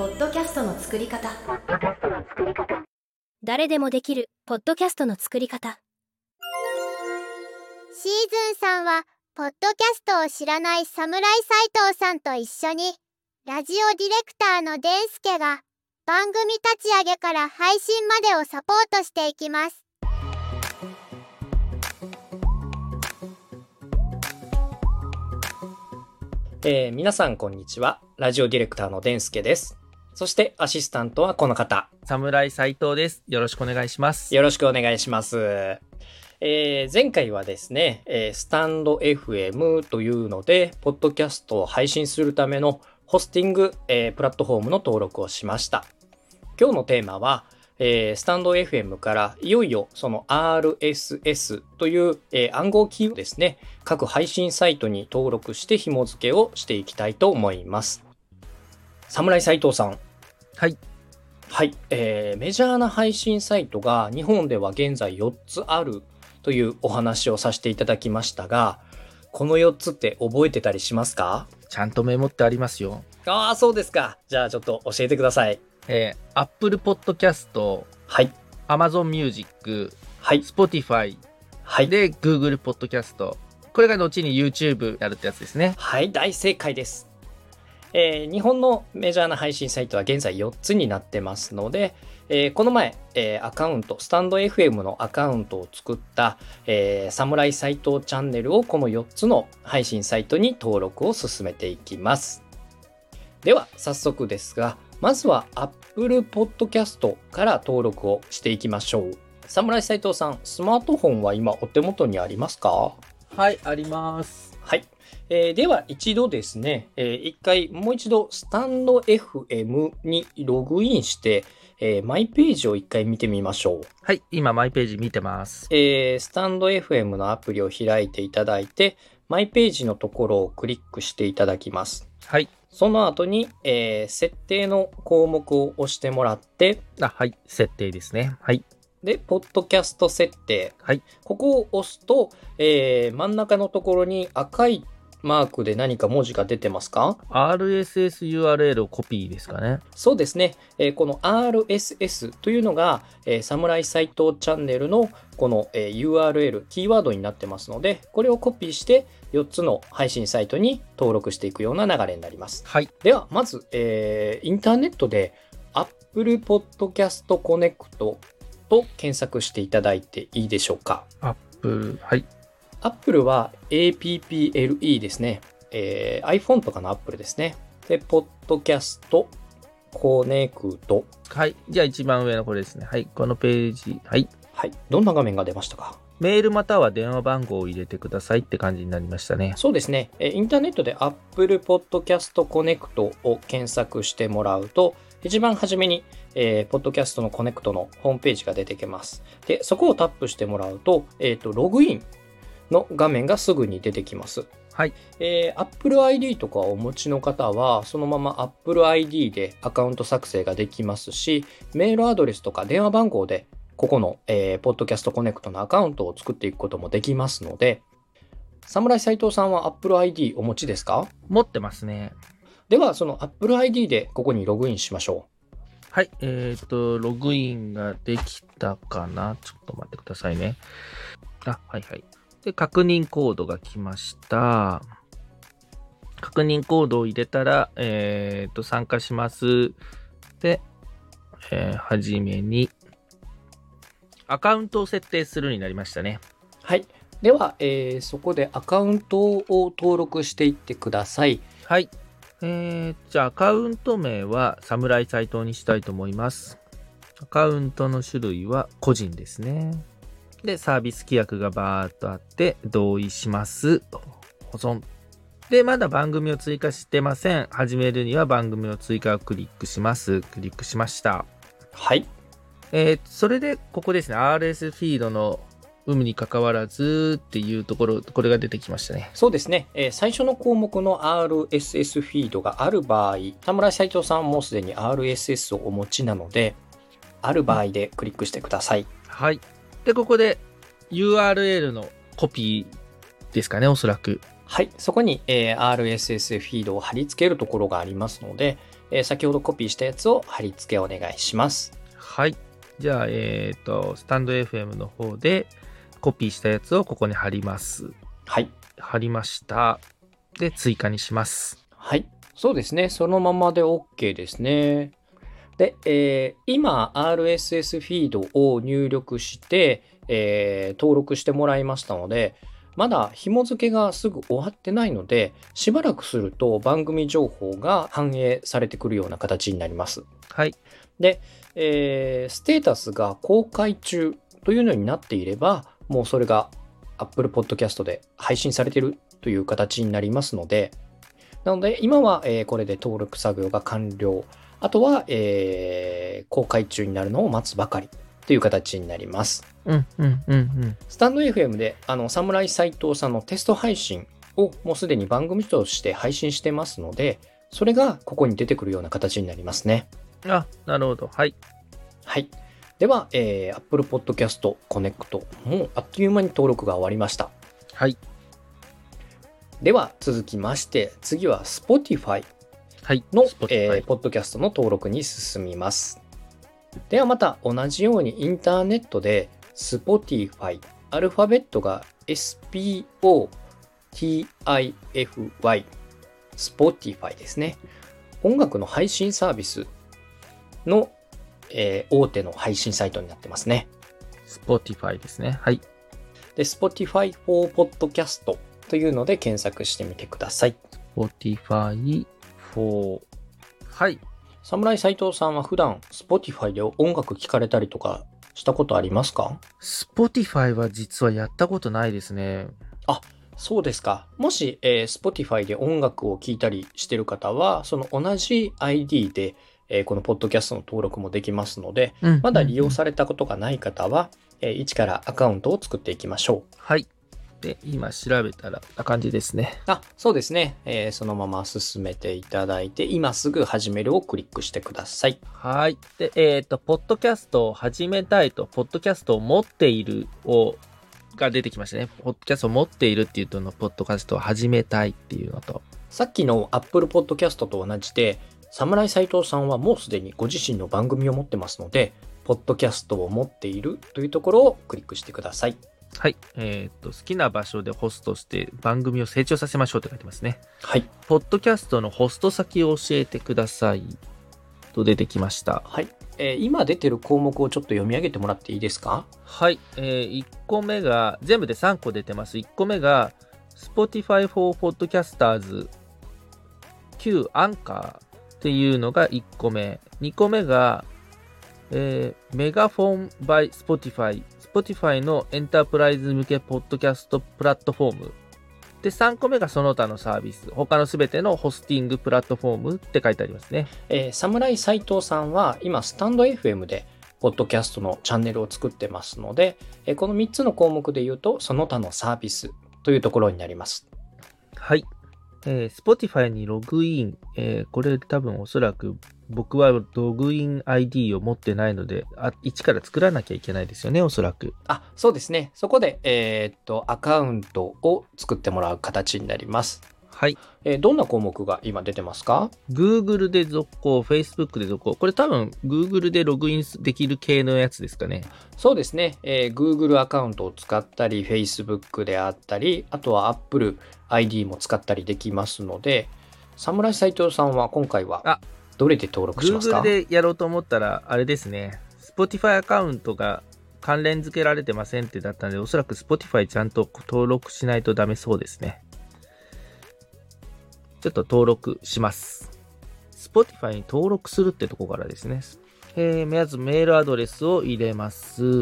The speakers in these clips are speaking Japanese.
ポッドキャストの作り方。 誰でもできるポッドキャストの作り方。 シーズン3はポッドキャストを知らない侍斉藤さんと一緒にラジオディレクターのデンスケが番組立ち上げから配信までをサポートしていきます。 皆さんこんにちは。ラジオディレクターのデンスケです。そしてアシスタントはこの方、 侍斉藤です。よろしくお願いします。 よろしくお願いします。前回はですね、スタンド FM というのでポッドキャストを配信するためのホスティング、プラットフォームの登録をしました。今日のテーマは、スタンド FM からいよいよその RSS という、暗号キーをですね、各配信サイトに登録して紐付けをしていきたいと思います。侍斉藤さん。 はい。 はい、メジャーな配信サイトが日本では現在4つあるというお話をさせていただきましたが、この4つって覚えてたりしますか？ ちゃんとメモってありますよ。 ああ、そうですか。じゃあちょっと教えてください。 Apple Podcast、 はい。 Amazon Music、 はい。 Spotify、 はい。 で Google Podcast。これが後に YouTube やるってやつですね。 はい、大正解です。日本のメジャーな配信サイトは現在4つになってますので、この前、アカウント、スタンド FM のアカウントを作った、侍斉藤チャンネルをこの4つの配信サイトに登録を進めていきます。では早速ですが、まずは Apple Podcast から登録をしていきましょう。侍斉藤さん、スマートフォンは今お手元にありますか？ はい、あります。 はい。では一度ですね、もう一度スタンド FM にログインして、マイページを一回見てみましょう。 はい、今マイページ見てます。 スタンド FM のアプリを開いていただいて、マイページのところをクリックしていただきます。 はい。 その後に、設定の項目を押してもらって、 はい、設定ですね。はい。 で、ポッドキャスト設定。 はい。 ここを押すと、真ん中のところに赤いマークで何か文字が出てますか？ RSS URL をコピーですかね。 そうですね。この RSS というのが、侍斉藤チャンネルのこの、URL、キーワードになってますので、これをコピーして4つの配信サイトに登録していくような流れになります。 はい。 では、まず、インターネットで Apple Podcast Connect と検索していただいていいでしょうか？ Apple、はい。 Apple は APPLE ですね。iPhone とかの Apple ですね。で、Podcast Connect。 はい。じゃあ一番上のこれですね。はい。このページ。はい。 はい。どんな画面が出ましたか？ メールまたは電話番号を入れてくださいって感じになりましたね。 そうですね。インターネットで Apple Podcast Connect を検索してもらうと、一番初めに、Podcast の Connect のホームページが出てきます。で、そこをタップしてもらうと、ログインの画面がすぐに出てきます。 はい。 Apple ID とかをお持ちの方は、そのまま Apple ID でアカウント作成ができますし、メールアドレスとか電話番号で、ここの、Podcast Connect のアカウントを作っていくこともできますので、侍斉藤さんは Apple ID お持ちですか？ 持ってますね。 では、その Apple ID でここにログインしましょう。 はい。ログインができたかな？ちょっと待ってくださいね。はいはい。で、確認コードが来ました。確認コードを入れたら、参加します。で、はじめに、アカウントを設定するになりましたね。 はい。では、そこでアカウントを登録していってください。 はい。じゃあアカウント名は侍斉藤にしたいと思います。アカウントの種類は個人ですね。で、サービス規約がバーっとあって、同意します。保存。で、まだ番組を追加してません。始めるには番組の追加をクリックします。クリックしました。 はい。 それで、ここですね。RS フィードの有無に関わらずっていうところ、これが出てきましたね。 そうですね。最初の項目の RSS フィードがある場合、侍斉藤さんはもうすでに RSS をお持ちなので、ある場合でクリックしてください。 はい。で、ここで URL のコピーですかね、おそらく。 はい。そこに、RSS フィードを貼り付けるところがありますので、 先ほどコピーしたやつを貼り付けお願いします。 はい。じゃあ、スタンド FM の方でコピーしたやつをここに貼ります。 はい。 貼りました。で、追加にします。 はい。そうですね。そのままで OK ですね。で、今 RSS フィードを入力して、登録してもらいましたので、まだ紐付けがすぐ終わってないので、しばらくすると番組情報が反映されてくるような形になります。 はい。 で、ステータスが公開中というのになっていれば、もうそれが Apple Podcast で配信されているという形になりますので、なので今は、これで登録作業が完了。あとは、公開中になるのを待つばかりという形になります。スタンド FM で侍斉藤さんのテスト配信をもうすでに番組として配信してますので、それがここに出てくるような形になりますね。 あ、なるほど。はい。 はい。では、Apple Podcast Connect もうあっという間に登録が終わりました。 はい。 では続きまして次は Spotify の、ポッドキャストの登録に進みます。ではまた同じようにインターネットで Spotify アルファベットが SPOTIFY Spotify ですね。音楽の配信サービスの、大手の配信サイトになってますね。 Spotify ですね。はい。 で Spotify for Podcast というので検索してみてください。 Spotify for はい。 侍斉藤さんは普段 Spotify で音楽聴かれたりとかしたことありますか？ Spotify は実はやったことないですね。 あ、そうですか。もし、Spotify で音楽を聴いたりしてる方は、その同じ ID で、このポッドキャストの登録もできますので、まだ利用されたことがない方は、一からアカウントを作っていきましょう。 はい。で、今調べたらな感じですね。 あ、そうですね。そのまま進めていただいて、今すぐ始めるをクリックしてください。 はい。で、ポッドキャストを始めたいと、ポッドキャストを持っているが出てきましたね。ポッドキャストを持っているっていうとの、ポッドキャストを始めたいっていうのと。 さっきの Apple Podcast と同じで、侍斉藤さんはもうすでにご自身の番組を持ってますので、ポッドキャストを持っているというところをクリックしてください。 はい。好きな場所でホストして番組を成長させましょうって書いてますね。 はい。 ポッドキャストのホスト先を教えてくださいと出てきました。 はい。今出てる項目をちょっと読み上げてもらっていいですか？ はい。1個目が、全部で3個出てます。1個目が、Spotify for Podcasters 旧アンカーっていうのが1個目。2個目が、メガフォン by Spotify。Spotify のエンタープライズ向けポッドキャストプラットフォーム。で、3個目がその他のサービス。他のすべてのホスティングプラットフォームって書いてありますね。 侍斉藤さんは今、スタンド FM でポッドキャストのチャンネルを作ってますので、この3つの項目で言うと、その他のサービスというところになります。 はい。Spotify にログイン。これ多分おそらく僕はログイン ID を持ってないので、一から作らなきゃいけないですよね、おそらく。 あ、そうですね。そこで、アカウントを作ってもらう形になります。 はい。 どんな項目が今出てますか？ Google で続行、Facebook で続行。これ多分 Google でログインできる系のやつですかね。 そうですね。Google アカウントを使ったり、Facebook であったり、あとは Apple ID も使ったりできますので、侍斉藤さんは今回はどれで登録しますか？ Google でやろうと思ったら、あれですね。Spotify アカウントが関連付けられてませんってだったので、おそらく Spotify ちゃんと登録しないとダメそうですね。ちょっと登録します。Spotify に登録するってとこからですね。まずメールアドレスを入れます。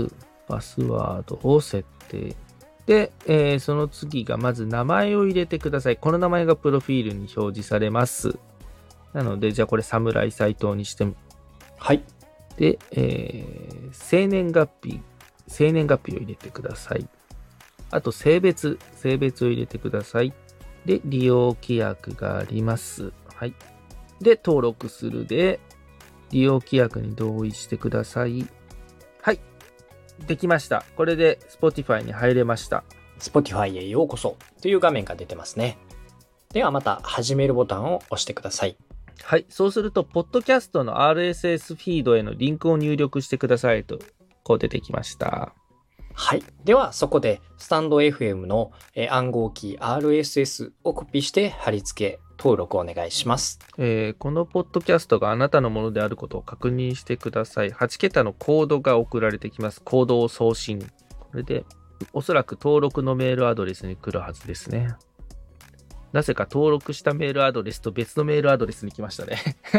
パスワードを設定。で、その次がまず名前を入れてください。この名前がプロフィールに表示されます。なので、じゃあこれ侍斉藤にして。 はい。 で、生年月日を入れてください。あと性別を入れてください。で、利用規約があります。はい。で、登録するで、利用規約に同意してください。はい。できました。これで Spotify に入れました。 Spotify へようこそという画面が出てますね。ではまた始めるボタンを押してください。 はい。そうすると、ポッドキャストの RSS フィードへのリンクを入力してくださいと、こう出てきました。 はい。では、そこで、スタンド FM の暗号キー RSS をコピーして貼り付け、登録をお願いします。 このポッドキャストがあなたのものであることを確認してください。8桁のコードが送られてきます。コードを送信。これで、おそらく登録のメールアドレスに来るはずですね。なぜか登録したメールアドレスと別のメールアドレスに来ましたね。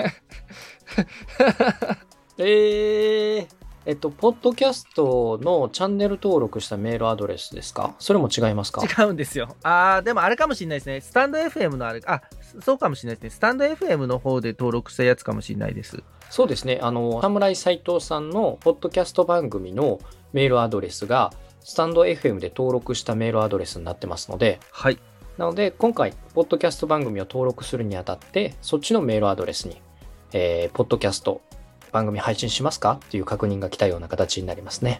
ポッドキャストのチャンネル登録したメールアドレスですか？それも違いますか？ 違うんですよ。でもあれかもしれないですね。スタンド FM のそうかもしれないですね。スタンド FM の方で登録したやつかもしれないです。 そうですね。侍斉藤さんのポッドキャスト番組のメールアドレスが、スタンド FM で登録したメールアドレスになってますので、 はい。 なので、今回、ポッドキャスト番組を登録するにあたって、そっちのメールアドレスに、ポッドキャスト番組配信しますかっていう確認が来たような形になりますね。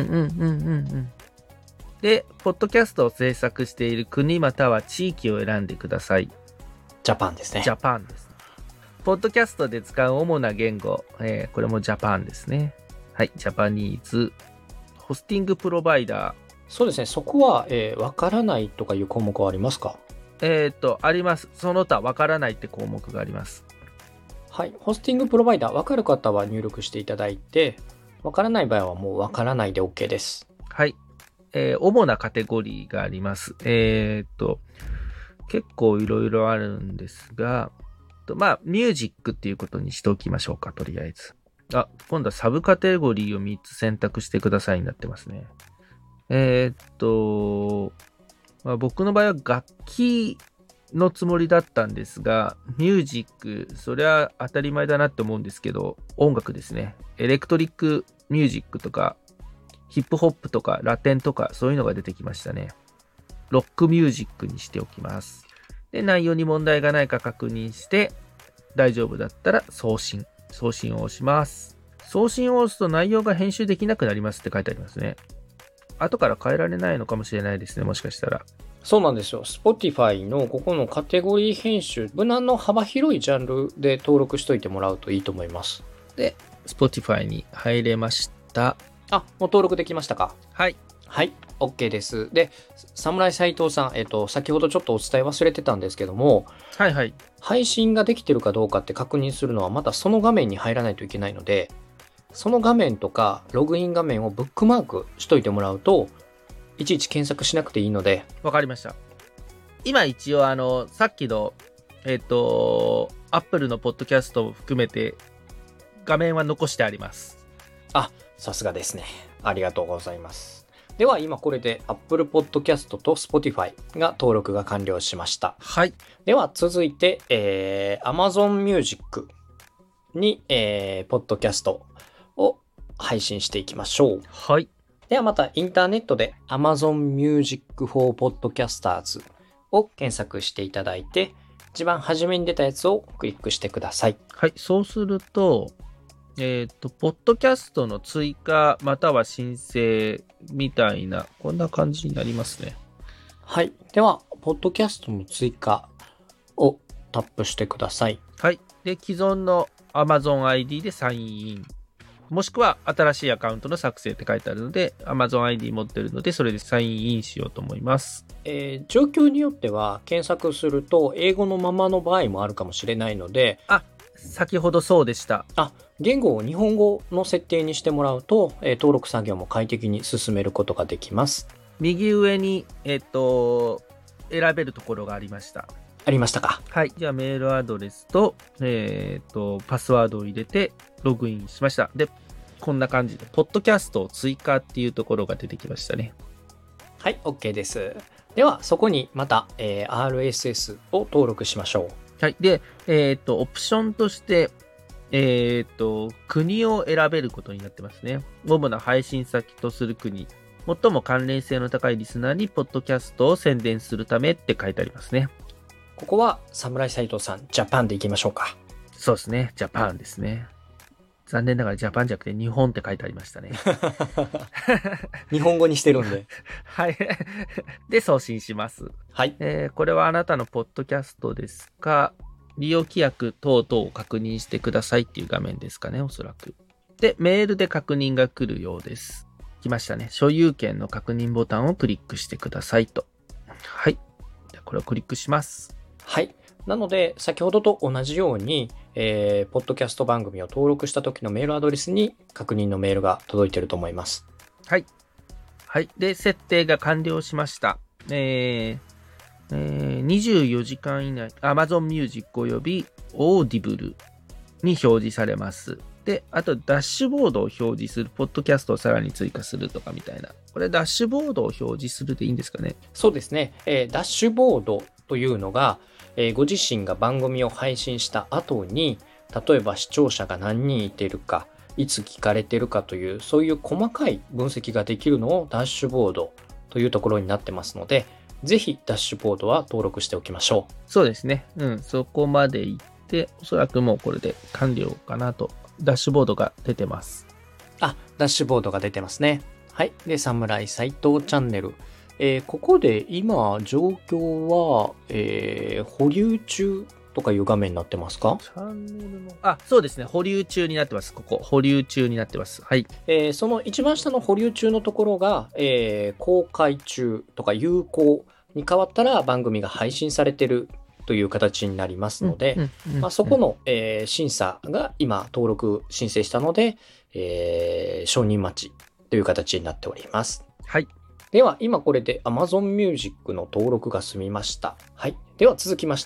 で、ポッドキャストを制作している国または地域を選んでください。 ジャパンですね。 ジャパンです。ポッドキャストで使う主な言語、これもジャパンですね。はい、ジャパニーズ。ホスティングプロバイダー。 そうですね。そこは、わからないとかいう項目はありますか？ あります。その他、わからないって項目があります。 はい。ホスティングプロバイダー、わかる方は入力していただいて、わからない場合はもうわからないで OK です。 はい。主なカテゴリーがあります。結構いろいろあるんですが、ミュージックっていうことにしておきましょうか、とりあえず。今度はサブカテゴリーを3つ選択してくださいになってますね。僕の場合は楽器のつもりだったんですが、ミュージック、それは当たり前だなって思うんですけど、音楽ですね。エレクトリックミュージックとか、ヒップホップとか、ラテンとか、そういうのが出てきましたね。ロックミュージックにしておきます。で、内容に問題がないか確認して、大丈夫だったら送信。送信を押します。送信を押すと内容が編集できなくなりますって書いてありますね。後から変えられないのかもしれないですね、もしかしたら。 そうなんですよ。Spotify のここのカテゴリー編集、無難の幅広いジャンルで登録しといてもらうといいと思います。 で、Spotify に入れました。 もう登録できましたか？ はい。 はい、OK です。で、侍斉藤さん、先ほどちょっとお伝え忘れてたんですけども、 はいはい。 配信ができてるかどうかって確認するのはまたその画面に入らないといけないので、その画面とかログイン画面をブックマークしといてもらうと、いちいち検索しなくていいので。 わかりました。今一応さっきのApple のポッドキャストを含めて画面は残してあります。 さすがですね。ありがとうございます。では今これで Apple Podcast と Spotify が登録が完了しました。 はい。 では続いて、Amazon Music に、ポッドキャストを配信していきましょう。 はい。 ではまたインターネットで Amazon Music for Podcasters を検索していただいて、一番初めに出たやつをクリックしてください。 はい。そうすると、ポッドキャストの追加または申請みたいな、こんな感じになりますね。 はい。では、ポッドキャストの追加をタップしてください。 はい。で、既存の Amazon ID でサインイン。もしくは新しいアカウントの作成って書いてあるので、Amazon ID 持ってるので、それでサインインしようと思います。 状況によっては検索すると英語のままの場合もあるかもしれないので、 先ほどそうでした。 言語を日本語の設定にしてもらうと、登録作業も快適に進めることができます。 右上に、選べるところがありました。 ありましたか？ はい。じゃあメールアドレスと、パスワードを入れてログインしました。で、こんな感じで、ポッドキャストを追加っていうところが出てきましたね。 はい、OK です。では、そこにまた、RSS を登録しましょう。 はい。で、オプションとして、国を選べることになってますね。主な配信先とする国。最も関連性の高いリスナーにポッドキャストを宣伝するためって書いてありますね。 ここは侍斉藤さん、ジャパンでいきましょうか。 そうですね。ジャパンですね。残念ながらジャパンじゃなくて日本って書いてありましたね。 日本語にしてるんで。 はい。で、送信します。 はい。 これはあなたのポッドキャストですか？ 利用規約等々を確認してくださいっていう画面ですかね、おそらく。で、メールで確認が来るようです。来ましたね。所有権の確認ボタンをクリックしてくださいと。はい。じゃあこれをクリックします。 はい。なので、先ほどと同じように、ポッドキャスト番組を登録した時のメールアドレスに確認のメールが届いていると思います。 はい。はい。で、設定が完了しました。24時間以内、Amazon Music および Audible に表示されます。で、あと、ダッシュボードを表示する、ポッドキャストをさらに追加するとかみたいな。これ、ダッシュボードを表示するでいいんですかね？ そうですね。ダッシュボードというのが、ご自身が番組を配信した後に、例えば視聴者が何人いているか、いつ聞かれているかという、そういう細かい分析ができるのをダッシュボードというところになってますので、ぜひダッシュボードは登録しておきましょう。 そうですね。そこまで行って、おそらくもうこれで完了かなと。ダッシュボードが出てます。 ダッシュボードが出てますね。はい。で、侍斉藤チャンネル。ここで今、状況は、保留中とかいう画面になってますか？ チャンネルの、そうですね。保留中になってます。ここ。保留中になってます。はい。 その一番下の保留中のところが、公開中とか有効に変わったら番組が配信されてるという形になりますので、そこの、審査が今登録申請したので、承認待ちという形になっております。 はい。 では今これで Amazon Music の登録が済みました。はい。では続きまして、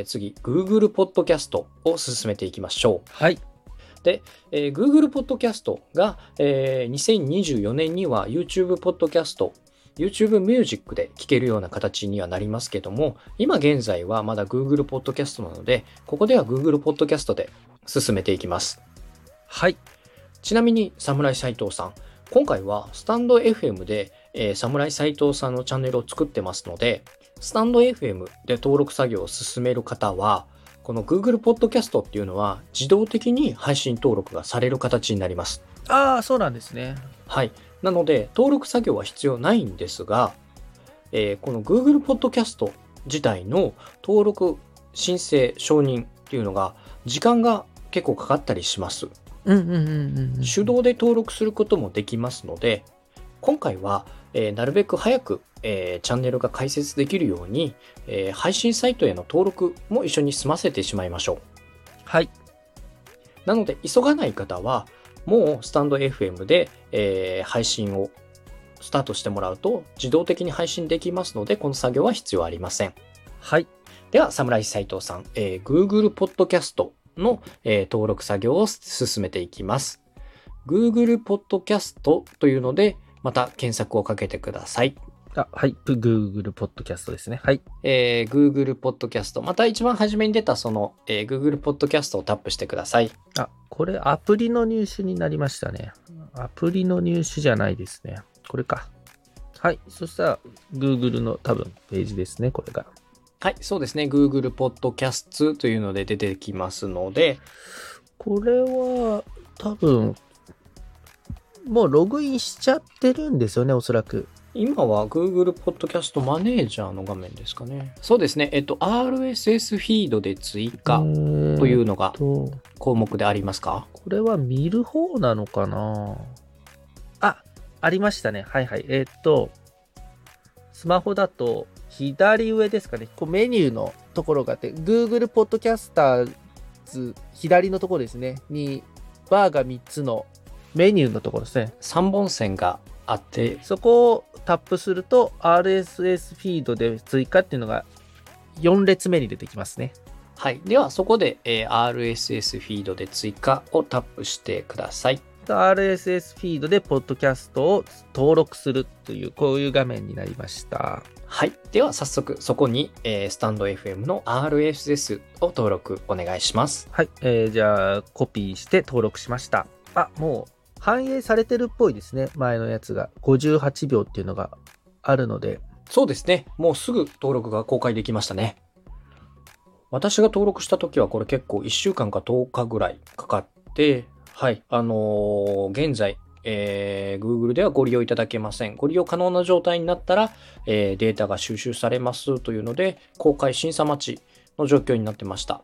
次 Google Podcast を進めていきましょう。 はい。 で、Google Podcast が、2024年には YouTube Podcast、YouTube Music で聴けるような形にはなりますけども、今現在はまだ Google Podcast なので、ここでは Google Podcast で進めていきます。 はい。 ちなみに、侍斉藤さん、今回はスタンド FM で、侍斉藤さんのチャンネルを作ってますので、スタンド FM で登録作業を進める方は、この Google Podcast っていうのは自動的に配信登録がされる形になります。 そうなんですね。 はい。なので、登録作業は必要ないんですが、この Google Podcast 自体の登録、申請、承認っていうのが、時間が結構かかったりします。手動で登録することもできますので、今回は、なるべく早く、チャンネルが開設できるように、配信サイトへの登録も一緒に済ませてしまいましょう。 はい。 なので、急がない方は、もうスタンド FM で、配信をスタートしてもらうと自動的に配信できますので、この作業は必要ありません。 はい。 では、侍斉藤さん、Google Podcast の、登録作業を進めていきます。Google Podcast というので、また検索をかけてください。 はい。Google Podcast ですね。はい。 Google Podcast。また一番初めに出たその、Google Podcast をタップしてください。 これアプリの入手になりましたね。アプリの入手じゃないですね。これか。はい。そしたら Google の多分ページですね。これが。 はい。そうですね。Google Podcasts というので出てきますので。 これは多分もうログインしちゃってるんですよね。おそらく。 今は Google Podcast マネージャーの画面ですかね。そうですね。RSS フィードで追加というのが項目でありますか？ これは見る方なのかな？ありましたね。はいはい。スマホだと左上ですかね。こうメニューのところがあって、Google Podcasters 左のところですね。にバーが3つのメニューのところですね。 3本線があって、 そこをタップすると RSS フィードで追加っていうのが4列目に出てきますね。 はい。ではそこで、RSS フィードで追加をタップしてください。 RSS フィードでポッドキャストを登録するというこういう画面になりました。 はい。では早速そこに、スタンド FM の RSS を登録お願いします。 はい。じゃあコピーして登録しました。もう反映されてるっぽいですね。前のやつが58秒っていうのがあるので。 そうですね。もうすぐ登録が公開できましたね。私が登録した時はこれ結構1週間か10日ぐらいかかって、はい。現在、Google ではご利用いただけません。ご利用可能な状態になったら、データが収集されますというので、公開審査待ちの状況になってました。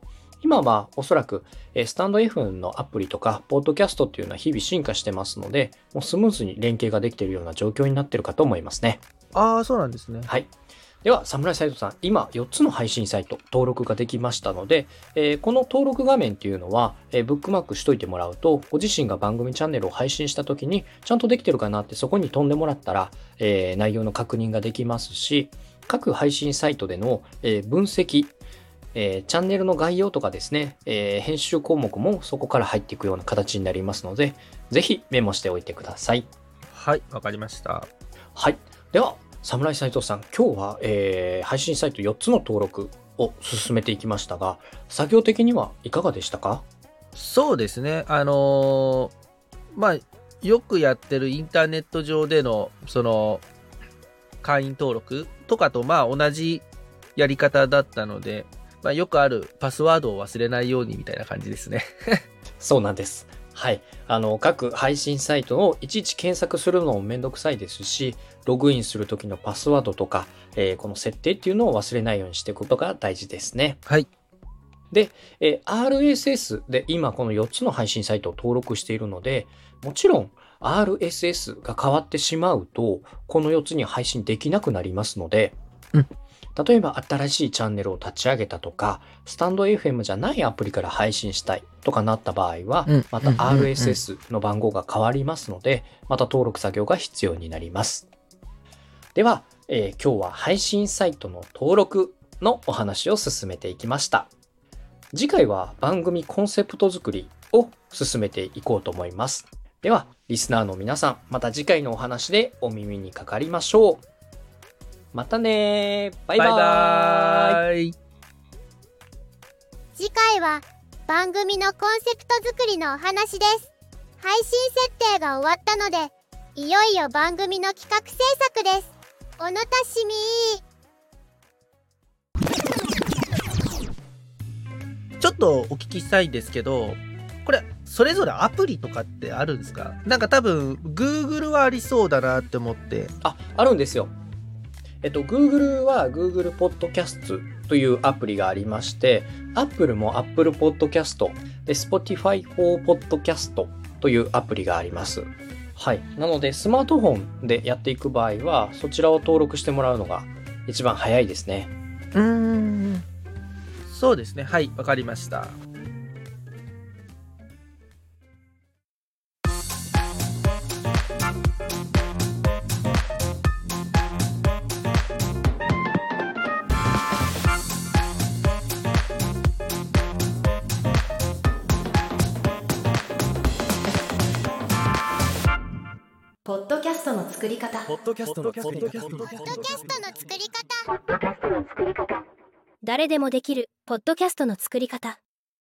今はおそらくスタンド F のアプリとかポッドキャストっていうのは日々進化してますので、もうスムーズに連携ができているような状況になっているかと思いますね。 ああ、そうなんですね。 はい。では、サムライサイトさん、今4つの配信サイト登録ができましたので、この登録画面っていうのは、ブックマークしといてもらうと、ご自身が番組チャンネルを配信した時にちゃんとできてるかなってそこに飛んでもらったら、内容の確認ができますし、各配信サイトでの、分析、チャンネルの概要とかですね、編集項目もそこから入っていくような形になりますので、ぜひメモしておいてください。 はい、わかりました。 はい。では、サムライ斉藤さん、今日は、配信サイト4つの登録を進めていきましたが、作業的にはいかがでしたか？ そうですね。まあ、よくやってるインターネット上での、会員登録とかと、同じやり方だったので、よくあるパスワードを忘れないようにみたいな感じですね。 そうなんです。はい。各配信サイトをいちいち検索するのもめんどくさいですし、ログインする時のパスワードとか、この設定っていうのを忘れないようにしていくことが大事ですね。 はい。 で、RSS で今この4つの配信サイトを登録しているので、もちろん RSS が変わってしまうと、この4つに配信できなくなりますので、例えば新しいチャンネルを立ち上げたとか、スタンド FM じゃないアプリから配信したいとかなった場合は、また RSS の番号が変わりますので、また登録作業が必要になります。では、今日は配信サイトの登録のお話を進めていきました。次回は番組コンセプト作りを進めていこうと思います。では、リスナーの皆さん、また次回のお話でお耳にかかりましょう。またねー。バイバーイ。 バイバーイ。 次回は番組のコンセプト作りのお話です。配信設定が終わったので、いよいよ番組の企画制作です。お楽しみ。 ちょっとお聞きしたいんですけど、これそれぞれアプリとかってあるんですか？なんか多分 Google はありそうだなって思って。 あるんですよ。Google は Google Podcast というアプリがありまして、Apple も Apple Podcast で Spotify for Podcast というアプリがあります。はい。なのでスマートフォンでやっていく場合はそちらを登録してもらうのが一番早いですね。 そうですね。はい、わかりました。 ポッドキャストの作り方。誰でもできるポッドキャストの作り方。